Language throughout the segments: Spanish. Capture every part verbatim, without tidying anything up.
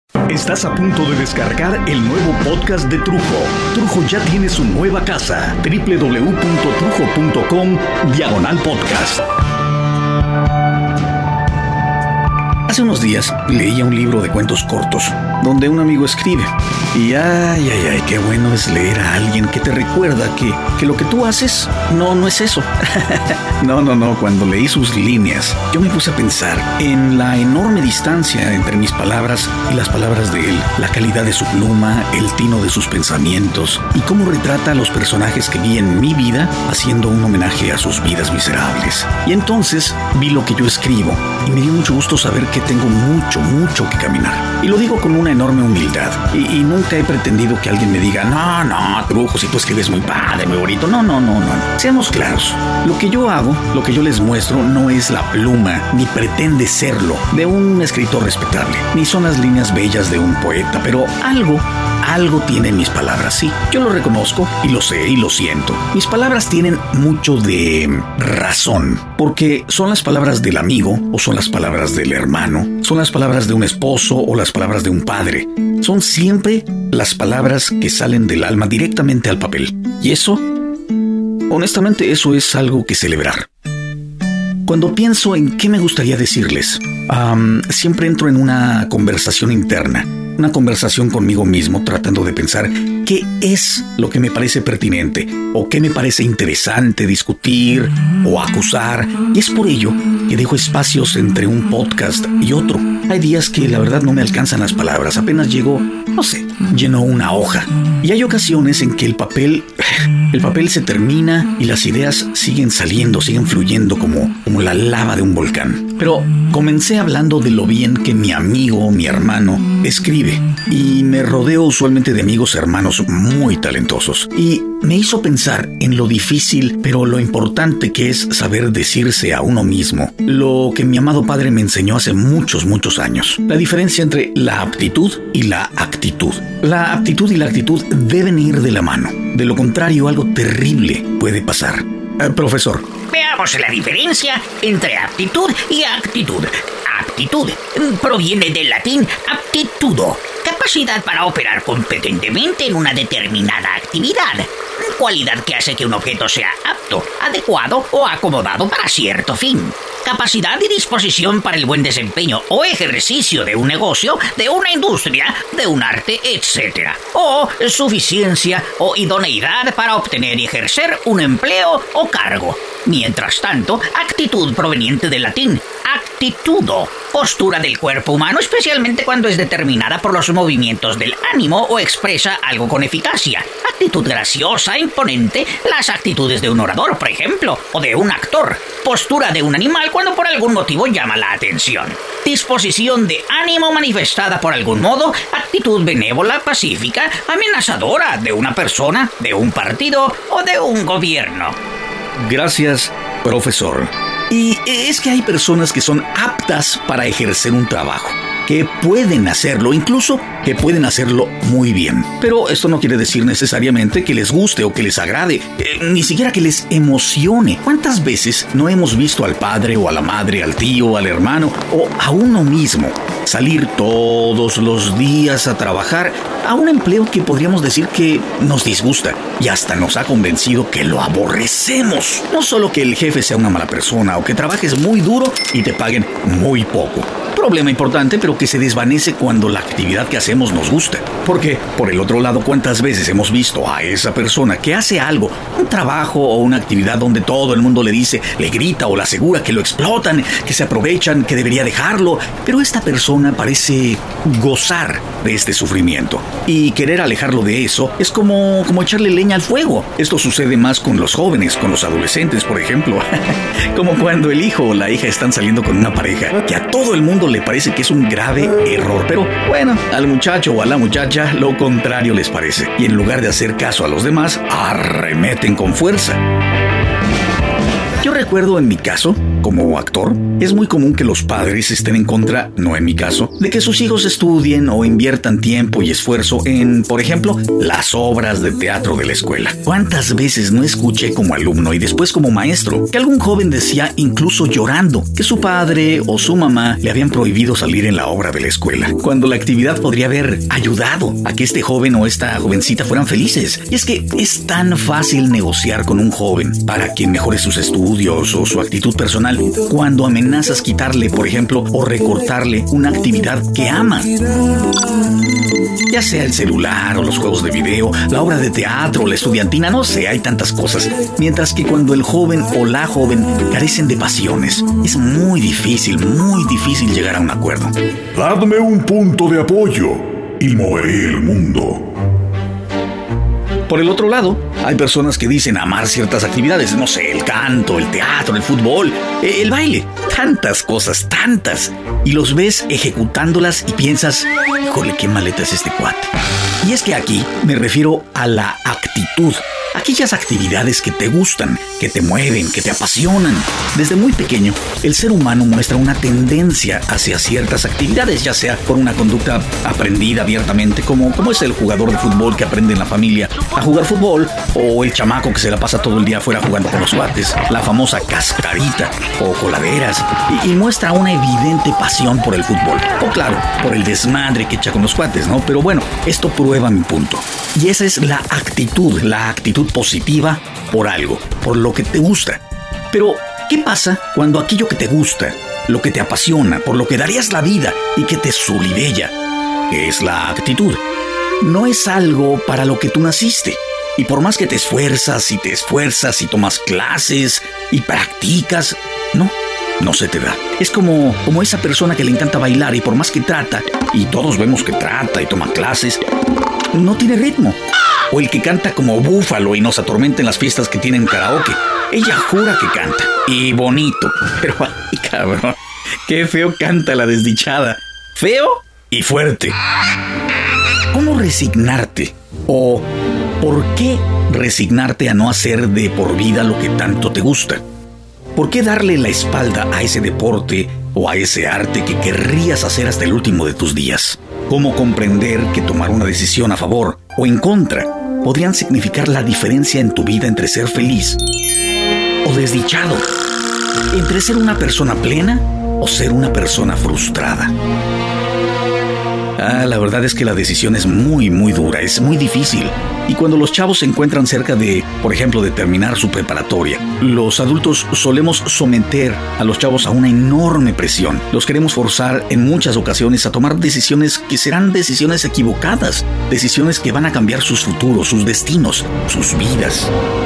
Estás a punto de descargar el nuevo podcast de Trujo. Trujo ya tiene su nueva casa, doble u doble u doble u punto trujo punto com, diagonal podcast. Hace unos días leía un libro de cuentos cortos, donde un amigo escribe. Y ay, ay, ay, qué bueno es leer a alguien que te recuerda que, que lo que tú haces no, no es eso. No, no, no, cuando leí sus líneas, yo me puse a pensar en la enorme distancia entre mis palabras y las palabras de él, la calidad de su pluma, el tino de sus pensamientos y cómo retrata a los personajes que vi en mi vida haciendo un homenaje a sus vidas miserables. Y entonces vi lo que yo escribo y me dio mucho gusto saber que tengo mucho, mucho que caminar. Y lo digo con una enorme humildad. Y, y nunca he pretendido que alguien me diga, no, no, Trujo, si tú escribes muy padre, muy bonito. No, no, no, no. Seamos claros. Lo que yo hago, lo que yo les muestro, no es la pluma, ni pretende serlo, de un escritor respetable, ni son las líneas bellas de un poeta, pero algo... Algo tienen mis palabras, sí. Yo lo reconozco y lo sé y lo siento. Mis palabras tienen mucho de razón, porque son las palabras del amigo o son las palabras del hermano, son las palabras de un esposo o las palabras de un padre. Son siempre las palabras que salen del alma directamente al papel. Y eso, honestamente, eso es algo que celebrar. Cuando pienso en qué me gustaría decirles, um, siempre entro en una conversación interna. Una conversación conmigo mismo tratando de pensar qué es lo que me parece pertinente o qué me parece interesante discutir o acusar. Y es por ello que dejo espacios entre un podcast y otro. Hay días que la verdad no me alcanzan las palabras. Apenas llego, no sé, lleno una hoja. Y hay ocasiones en que el papel, el papel se termina y las ideas siguen saliendo, siguen fluyendo como, como la lava de un volcán. Pero comencé hablando de lo bien que mi amigo, mi hermano, escribe. Y me rodeo usualmente de amigos hermanos muy talentosos. Y me hizo pensar en lo difícil, pero lo importante que es saber decirse a uno mismo. Lo que mi amado padre me enseñó hace muchos, muchos años. La diferencia entre la aptitud y la actitud. La aptitud y la actitud deben ir de la mano. De lo contrario, algo terrible puede pasar. Eh, profesor. Veamos la diferencia entre aptitud y actitud. Aptitud proviene del latín aptitudo, capacidad para operar competentemente en una determinada actividad, cualidad que hace que un objeto sea apto, adecuado o acomodado para cierto fin. Capacidad y disposición para el buen desempeño o ejercicio de un negocio, de una industria, de un arte, etcétera. O suficiencia o idoneidad para obtener y ejercer un empleo o cargo. Mientras tanto, actitud proveniente del latín actitudo, postura del cuerpo humano, especialmente cuando es determinada por los movimientos del ánimo o expresa algo con eficacia. Actitud graciosa, imponente, las actitudes de un orador, por ejemplo, o de un actor. Postura de un animal cuando por algún motivo llama la atención. Disposición de ánimo manifestada por algún modo, actitud benévola, pacífica, amenazadora de una persona, de un partido o de un gobierno. Gracias, profesor. Y es que hay personas que son aptas para ejercer un trabajo, que pueden hacerlo, incluso que pueden hacerlo muy bien. Pero esto no quiere decir necesariamente que les guste o que les agrade, eh, ni siquiera que les emocione. ¿Cuántas veces no hemos visto al padre o a la madre, al tío, al hermano o a uno mismo salir todos los días a trabajar a un empleo que podríamos decir que nos disgusta y hasta nos ha convencido que lo aborrecemos? No solo que el jefe sea una mala persona o que trabajes muy duro y te paguen muy poco. Problema importante, pero que se desvanece cuando la actividad que hacemos nos gusta. Porque, por el otro lado, ¿cuántas veces hemos visto a esa persona que hace algo, un trabajo o una actividad donde todo el mundo le dice, le grita o le asegura que lo explotan, que se aprovechan, que debería dejarlo, pero esta persona parece gozar de este sufrimiento? Y querer alejarlo de eso es como, como echarle leña al fuego. Esto sucede más con los jóvenes, con los adolescentes, por ejemplo. Como cuando el hijo o la hija están saliendo con una pareja que a todo el mundo le parece que es un grave error, pero bueno, al muchacho o a la muchacha lo contrario les parece, y en lugar de hacer caso a los demás, arremeten con fuerza. Yo Yo recuerdo en mi caso, como actor, es muy común que los padres estén en contra, no en mi caso, de que sus hijos estudien o inviertan tiempo y esfuerzo en, por ejemplo, las obras de teatro de la escuela. ¿Cuántas veces no escuché como alumno y después como maestro que algún joven decía, incluso llorando, que su padre o su mamá le habían prohibido salir en la obra de la escuela, cuando la actividad podría haber ayudado a que este joven o esta jovencita fueran felices? Y es que es tan fácil negociar con un joven para que mejore sus estudios o su actitud personal cuando amenazas quitarle, por ejemplo, o recortarle una actividad que ama. Ya sea el celular o los juegos de video, la obra de teatro, la estudiantina, no sé, hay tantas cosas. Mientras que cuando el joven o la joven carecen de pasiones, es muy difícil, muy difícil llegar a un acuerdo. Dadme un punto de apoyo y moveré el mundo. Por el otro lado, hay personas que dicen amar ciertas actividades, no sé, el canto, el teatro, el fútbol, el baile, tantas cosas, tantas. Y los ves ejecutándolas y piensas, híjole, qué maleta es este cuate. Y es que aquí me refiero a la actitud. Aquellas actividades que te gustan, que te mueven, que te apasionan. Desde muy pequeño, el ser humano muestra una tendencia hacia ciertas actividades, ya sea por una conducta aprendida abiertamente, como, como es el jugador de fútbol que aprende en la familia a jugar fútbol, o el chamaco que se la pasa todo el día afuera jugando con los cuates, la famosa cascarita o coladeras, y, y muestra una evidente pasión por el fútbol. O claro, por el desmadre que echa con los cuates, ¿no? Pero bueno, esto prueba mi punto. Y esa es la actitud, la actitud positiva por algo, por lo que te gusta. Pero, ¿qué pasa cuando aquello que te gusta, lo que te apasiona, por lo que darías la vida y que te solidella, que es la actitud, no es algo para lo que tú naciste? Y por más que te esfuerzas y te esfuerzas y tomas clases y practicas, no, no se te da. Es como, como esa persona que le encanta bailar y por más que trata, y todos vemos que trata y toma clases, no tiene ritmo. O el que canta como búfalo y nos atormenta en las fiestas que tienen karaoke. Ella jura que canta. Y bonito. Pero, ay, cabrón, qué feo canta la desdichada. Feo y fuerte. ¿Cómo resignarte? ¿O por qué resignarte a no hacer de por vida lo que tanto te gusta? ¿Por qué darle la espalda a ese deporte o a ese arte que querrías hacer hasta el último de tus días? ¿Cómo comprender que tomar una decisión a favor o en contra podrían significar la diferencia en tu vida entre ser feliz o desdichado? Entre ser una persona plena o ser una persona frustrada. Ah, la verdad es que la decisión es muy, muy dura, es muy difícil. Y cuando los chavos se encuentran cerca de, por ejemplo, de terminar su preparatoria, los adultos solemos someter a los chavos a una enorme presión. Los queremos forzar en muchas ocasiones a tomar decisiones que serán decisiones equivocadas, decisiones que van a cambiar sus futuros, sus destinos, sus vidas.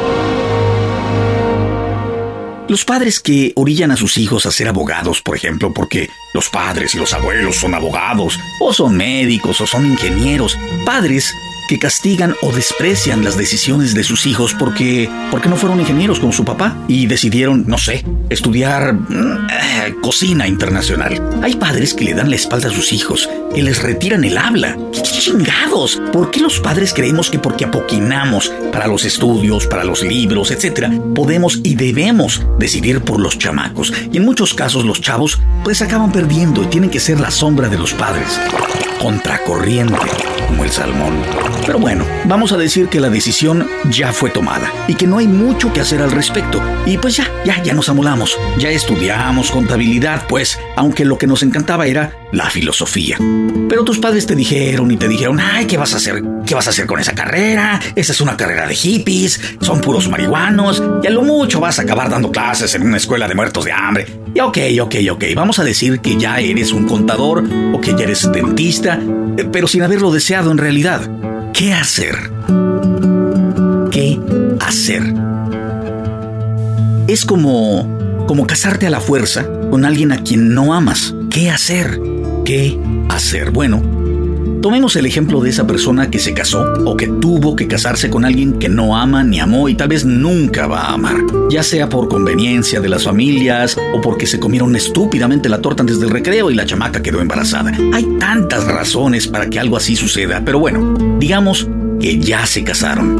Los padres que orillan a sus hijos a ser abogados, por ejemplo, porque los padres y los abuelos son abogados, o son médicos, o son ingenieros. Padres que castigan o desprecian las decisiones de sus hijos porque, porque no fueron ingenieros como su papá y decidieron, no sé, estudiar eh, cocina internacional. Hay padres que le dan la espalda a sus hijos, que les retiran el habla. ¡Qué chingados! ¿Por qué los padres creemos que porque apoquinamos para los estudios, para los libros, etcétera, podemos y debemos decidir por los chamacos? Y en muchos casos los chavos pues acaban perdiendo y tienen que ser la sombra de los padres. Contracorriente, como el salmón. Pero bueno, vamos a decir que la decisión ya fue tomada y que no hay mucho que hacer al respecto. Y pues ya, ya, ya nos amolamos. Ya estudiamos contabilidad, pues, aunque lo que nos encantaba era la filosofía. Pero tus padres te dijeron y te dijeron, ay, ¿qué vas a hacer? ¿Qué vas a hacer con esa carrera? Esa es una carrera de hippies, son puros marihuanos, y a lo mucho vas a acabar dando clases en una escuela de muertos de hambre. Y ok, ok, ok, vamos a decir que ya eres un contador o que ya eres dentista, pero sin haberlo deseado en realidad. ¿Qué hacer? ¿Qué hacer? Es como, como casarte a la fuerza con alguien a quien no amas. ¿Qué hacer? ¿Qué hacer? Bueno, tomemos el ejemplo de esa persona que se casó o que tuvo que casarse con alguien que no ama ni amó y tal vez nunca va a amar. Ya sea por conveniencia de las familias o porque se comieron estúpidamente la torta antes del recreo y la chamaca quedó embarazada. Hay tantas razones para que algo así suceda, pero bueno, digamos que ya se casaron.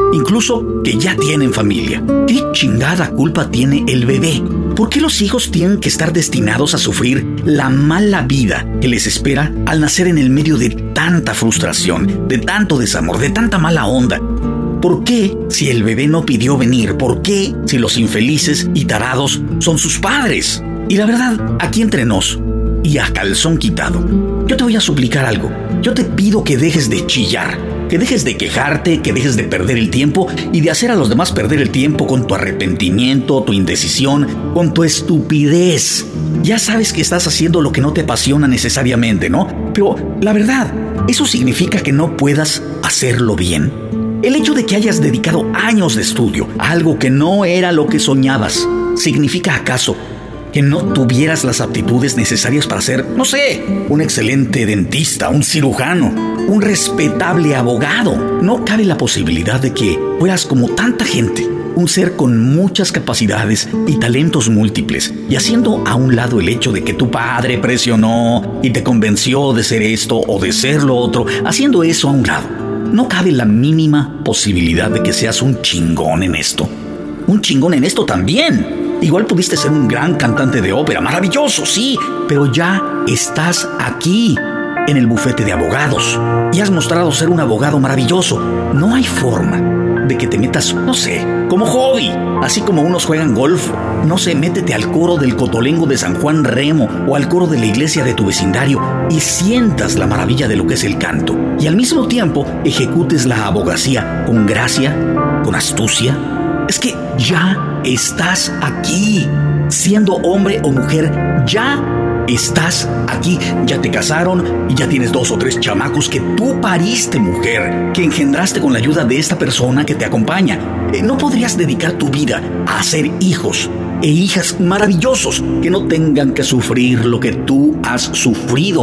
incluso que ya tienen familia. ¿Qué chingada culpa tiene el bebé? ¿Por qué los hijos tienen que estar destinados a sufrir la mala vida que les espera al nacer en el medio de tanta frustración, de tanto desamor, de tanta mala onda? ¿Por qué si el bebé no pidió venir? ¿Por qué si los infelices y tarados son sus padres? Y la verdad, aquí entre nos y a calzón quitado, yo te voy a suplicar algo. Yo te pido que dejes de chillar, que dejes de quejarte, que dejes de perder el tiempo y de hacer a los demás perder el tiempo con tu arrepentimiento, tu indecisión, con tu estupidez. Ya sabes que estás haciendo lo que no te apasiona necesariamente, ¿no? Pero la verdad, eso significa que no puedas hacerlo bien. El hecho de que hayas dedicado años de estudio a algo que no era lo que soñabas, ¿significa acaso que no tuvieras las aptitudes necesarias para ser, no sé, un excelente dentista, un cirujano, un respetable abogado? No cabe la posibilidad de que fueras como tanta gente, un ser con muchas capacidades y talentos múltiples, y haciendo a un lado el hecho de que tu padre presionó y te convenció de ser esto o de ser lo otro, haciendo eso a un lado. No cabe la mínima posibilidad de que seas un chingón en esto. Un chingón en esto también. Igual pudiste ser un gran cantante de ópera, maravilloso, sí, pero ya estás aquí, en el bufete de abogados, y has mostrado ser un abogado maravilloso. No hay forma de que te metas, no sé, como hobby, así como unos juegan golf. No sé, métete al coro del Cotolengo de San Juan Remo o al coro de la iglesia de tu vecindario y sientas la maravilla de lo que es el canto, y al mismo tiempo ejecutes la abogacía con gracia, con astucia. Es que ya estás aquí, siendo hombre o mujer, ya estás aquí. Ya te casaron y ya tienes dos o tres chamacos que tú pariste, mujer, que engendraste con la ayuda de esta persona que te acompaña. Eh, ¿No podrías dedicar tu vida a hacer hijos e hijas maravillosos que no tengan que sufrir lo que tú has sufrido?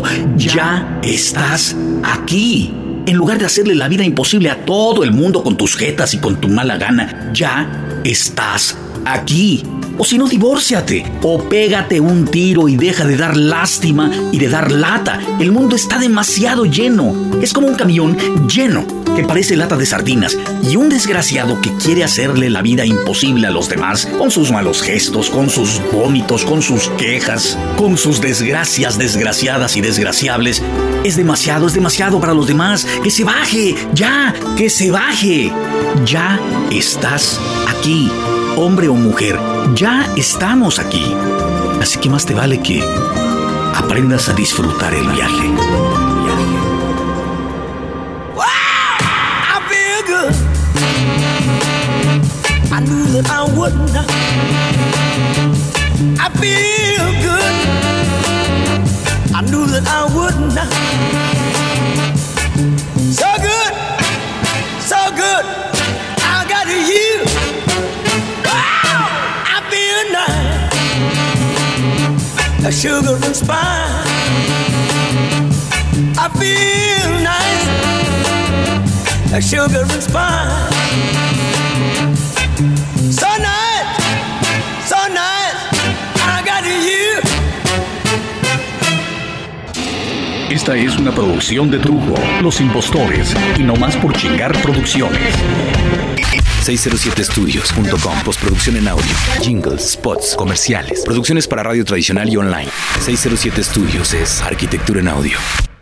Ya estás aquí. En lugar de hacerle la vida imposible a todo el mundo con tus jetas y con tu mala gana, ya estás aquí. O si no, divórciate o pégate un tiro y deja de dar lástima y de dar lata. El mundo está demasiado lleno. Es como un camión lleno que parece lata de sardinas, y un desgraciado que quiere hacerle la vida imposible a los demás con sus malos gestos, con sus vómitos, con sus quejas, con sus desgracias desgraciadas y desgraciables. Es demasiado, es demasiado para los demás. Que se baje, ya, que se baje. Ya estás aquí. Hombre o mujer, ya estamos aquí. Así que más te vale que aprendas a disfrutar el viaje. Wow, I feel good. I knew that I wouldn't. I feel good. I knew that I wouldn't. So good, so good. I got you. A sugar and spice. I feel nice. A sugar and spice. So nice, so nice. I got you. Esta es una producción de Trujo, Los Impostores y No Más por Chingar Producciones. seiscientos siete estudios punto com. Postproducción en audio, jingles, spots, comerciales, producciones para radio tradicional y online. seiscientos siete Estudios es arquitectura en audio.